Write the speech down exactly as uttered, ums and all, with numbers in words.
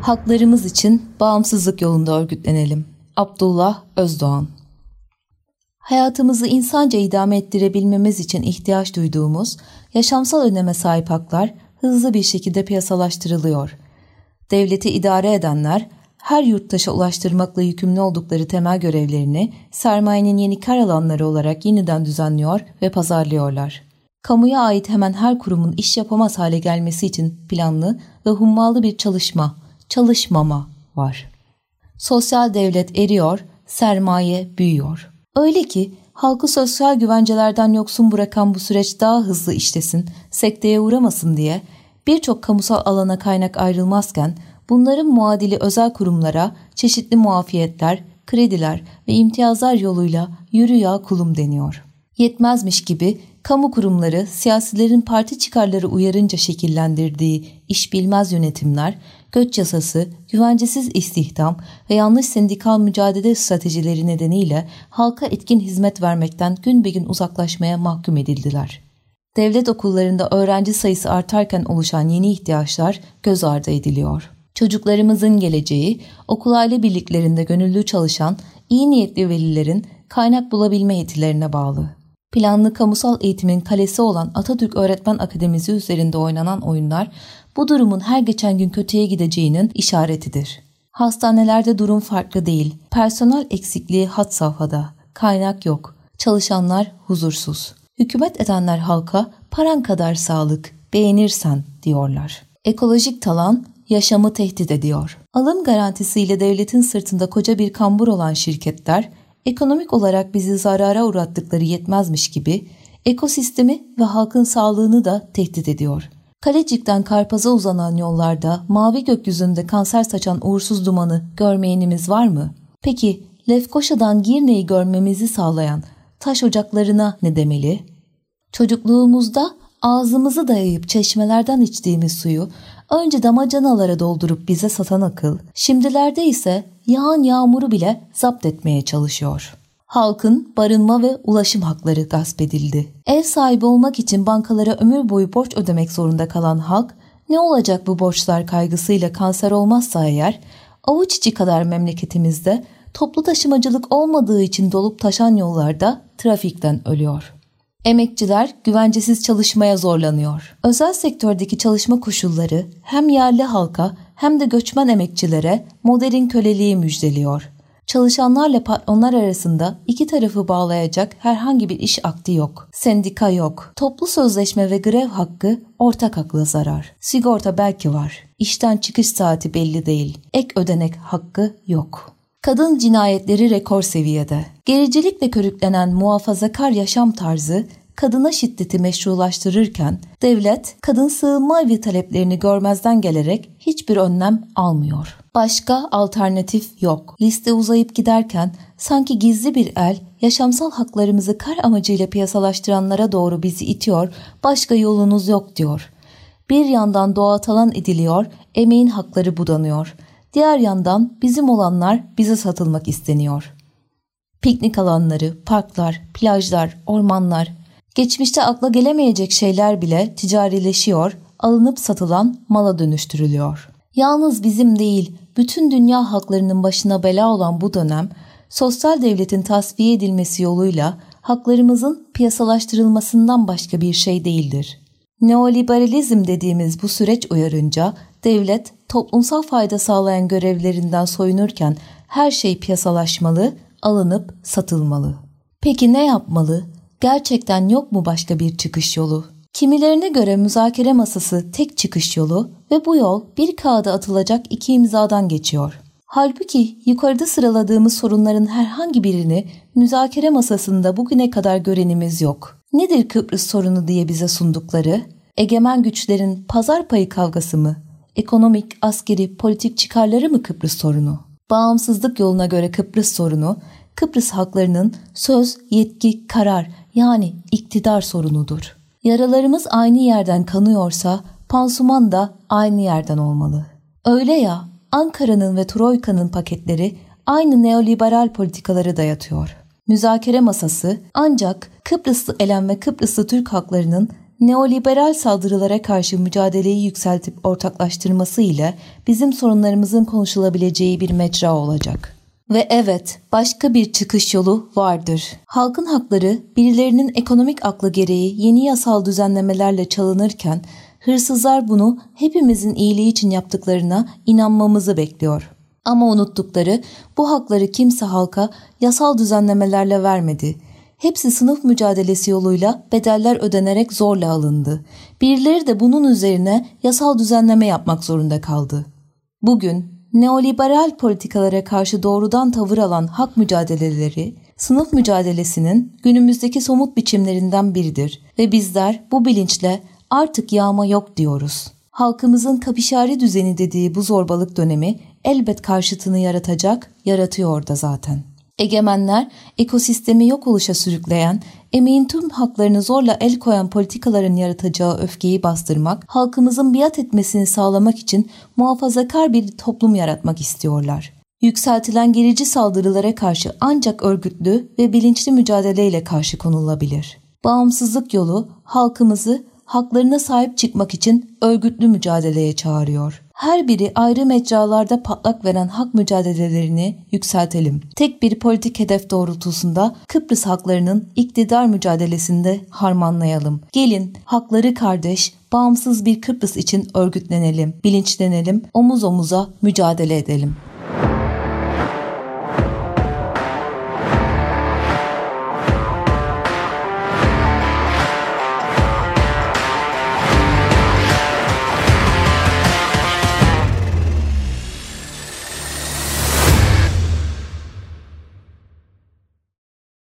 Haklarımız için bağımsızlık yolunda örgütlenelim. Abdullah Özdağan. Hayatımızı insanca idame ettirebilmemiz için ihtiyaç duyduğumuz yaşamsal öneme sahip haklar hızlı bir şekilde piyasalaştırılıyor. Devleti idare edenler her yurttaşa ulaştırmakla yükümlü oldukları temel görevlerini sermayenin yeni kar alanları olarak yeniden düzenliyor ve pazarlıyorlar. Kamuya ait hemen her kurumun iş yapamaz hale gelmesi için planlı ve hummalı bir çalışma, çalışmama var. Sosyal devlet eriyor, sermaye büyüyor. Öyle ki halkı sosyal güvencelerden yoksun bırakan bu süreç daha hızlı işlesin, sekteye uğramasın diye birçok kamusal alana kaynak ayrılmazken bunların muadili özel kurumlara çeşitli muafiyetler, krediler ve imtiyazlar yoluyla yürü ya kulum deniyor. Yetmezmiş gibi kamu kurumları siyasilerin parti çıkarları uyarınca şekillendirdiği iş bilmez yönetimler, göç yasası, güvencesiz istihdam ve yanlış sendikal mücadele stratejileri nedeniyle halka etkin hizmet vermekten gün be gün uzaklaşmaya mahkum edildiler. Devlet okullarında öğrenci sayısı artarken oluşan yeni ihtiyaçlar göz ardı ediliyor. Çocuklarımızın geleceği, okul aile birliklerinde gönüllü çalışan iyi niyetli velilerin kaynak bulabilme yetilerine bağlı. Planlı kamusal eğitimin kalesi olan Atatürk Öğretmen Akademisi üzerinde oynanan oyunlar bu durumun her geçen gün kötüye gideceğinin işaretidir. Hastanelerde durum farklı değil. Personel eksikliği had safhada. Kaynak yok. Çalışanlar huzursuz. Hükümet edenler halka paran kadar sağlık, beğenirsen diyorlar. Ekolojik talan yaşamı tehdit ediyor. Alım garantisiyle devletin sırtında koca bir kambur olan şirketler, ekonomik olarak bizi zarara uğrattıkları yetmezmiş gibi ekosistemi ve halkın sağlığını da tehdit ediyor. Kalecik'ten Karpaz'a uzanan yollarda mavi gökyüzünde kanser saçan uğursuz dumanı görmeyenimiz var mı? Peki Lefkoşa'dan Girne'yi görmemizi sağlayan taş ocaklarına ne demeli? Çocukluğumuzda ağzımızı dayayıp çeşmelerden içtiğimiz suyu önce damacanalara doldurup bize satan akıl, şimdilerde ise yağan yağmuru bile zapt etmeye çalışıyor. Halkın barınma ve ulaşım hakları gasp edildi. Ev sahibi olmak için bankalara ömür boyu borç ödemek zorunda kalan halk, ne olacak bu borçlar kaygısıyla kanser olmazsa eğer, avuç içi kadar memleketimizde toplu taşımacılık olmadığı için dolup taşan yollarda trafikten ölüyor. Emekçiler güvencesiz çalışmaya zorlanıyor. Özel sektördeki çalışma koşulları hem yerli halka hem de göçmen emekçilere modern köleliği müjdeliyor. Çalışanlarla patronlar arasında iki tarafı bağlayacak herhangi bir iş akdi yok. Sendika yok. Toplu sözleşme ve grev hakkı ortak akla zarar. Sigorta belki var. İşten çıkış saati belli değil. Ek ödenek hakkı yok. Kadın cinayetleri rekor seviyede. Gericilikle körüklenen muhafazakar yaşam tarzı kadına şiddeti meşrulaştırırken devlet kadın sığınma evi taleplerini görmezden gelerek hiçbir önlem almıyor. Başka alternatif yok. Liste uzayıp giderken sanki gizli bir el yaşamsal haklarımızı kar amacıyla piyasalaştıranlara doğru bizi itiyor, başka yolunuz yok diyor. Bir yandan doğa talan ediliyor, emeğin hakları budanıyor. Diğer yandan bizim olanlar bize satılmak isteniyor. Piknik alanları, parklar, plajlar, ormanlar, geçmişte akla gelemeyecek şeyler bile ticarileşiyor, alınıp satılan mala dönüştürülüyor. Yalnız bizim değil, bütün dünya halklarının başına bela olan bu dönem, sosyal devletin tasfiye edilmesi yoluyla haklarımızın piyasalaştırılmasından başka bir şey değildir. Neoliberalizm dediğimiz bu süreç uyarınca, devlet toplumsal fayda sağlayan görevlerinden soyunurken her şey piyasalaşmalı, alınıp satılmalı. Peki ne yapmalı? Gerçekten yok mu başka bir çıkış yolu? Kimilerine göre müzakere masası tek çıkış yolu ve bu yol bir kağıda atılacak iki imzadan geçiyor. Halbuki yukarıda sıraladığımız sorunların herhangi birini müzakere masasında bugüne kadar görenimiz yok. Nedir Kıbrıs sorunu diye bize sundukları? Egemen güçlerin pazar payı kavgası mı? Ekonomik, askeri, politik çıkarları mı Kıbrıs sorunu? Bağımsızlık yoluna göre Kıbrıs sorunu, Kıbrıs halklarının söz, yetki, karar yani iktidar sorunudur. Yaralarımız aynı yerden kanıyorsa pansuman da aynı yerden olmalı. Öyle ya, Ankara'nın ve Troika'nın paketleri aynı neoliberal politikaları dayatıyor. Müzakere masası ancak Kıbrıslı elem ve Kıbrıslı Türk halklarının neoliberal saldırılara karşı mücadeleyi yükseltip ortaklaştırması ile bizim sorunlarımızın konuşulabileceği bir mecra olacak. Ve evet, başka bir çıkış yolu vardır. Halkın hakları birilerinin ekonomik aklı gereği yeni yasal düzenlemelerle çalınırken hırsızlar bunu hepimizin iyiliği için yaptıklarına inanmamızı bekliyor. Ama unuttukları bu hakları kimse halka yasal düzenlemelerle vermedi. Hepsi sınıf mücadelesi yoluyla bedeller ödenerek zorla alındı. Birileri de bunun üzerine yasal düzenleme yapmak zorunda kaldı. Bugün neoliberal politikalara karşı doğrudan tavır alan hak mücadeleleri, sınıf mücadelesinin günümüzdeki somut biçimlerinden biridir ve bizler bu bilinçle artık yağma yok diyoruz. Halkımızın kapişari düzeni dediği bu zorbalık dönemi elbet karşıtını yaratacak, yaratıyor da zaten. Egemenler, ekosistemi yok oluşa sürükleyen, emeğin tüm haklarını zorla el koyan politikaların yaratacağı öfkeyi bastırmak, halkımızın biat etmesini sağlamak için muhafazakar bir toplum yaratmak istiyorlar. Yükseltilen gerici saldırılara karşı ancak örgütlü ve bilinçli mücadeleyle karşı konulabilir. Bağımsızlık yolu halkımızı haklarına sahip çıkmak için örgütlü mücadeleye çağırıyor. Her biri ayrı mecralarda patlak veren hak mücadelelerini yükseltelim. Tek bir politik hedef doğrultusunda Kıbrıs haklarının iktidar mücadelesinde harmanlayalım. Gelin hakları kardeş, bağımsız bir Kıbrıs için örgütlenelim, bilinçlenelim, omuz omuza mücadele edelim.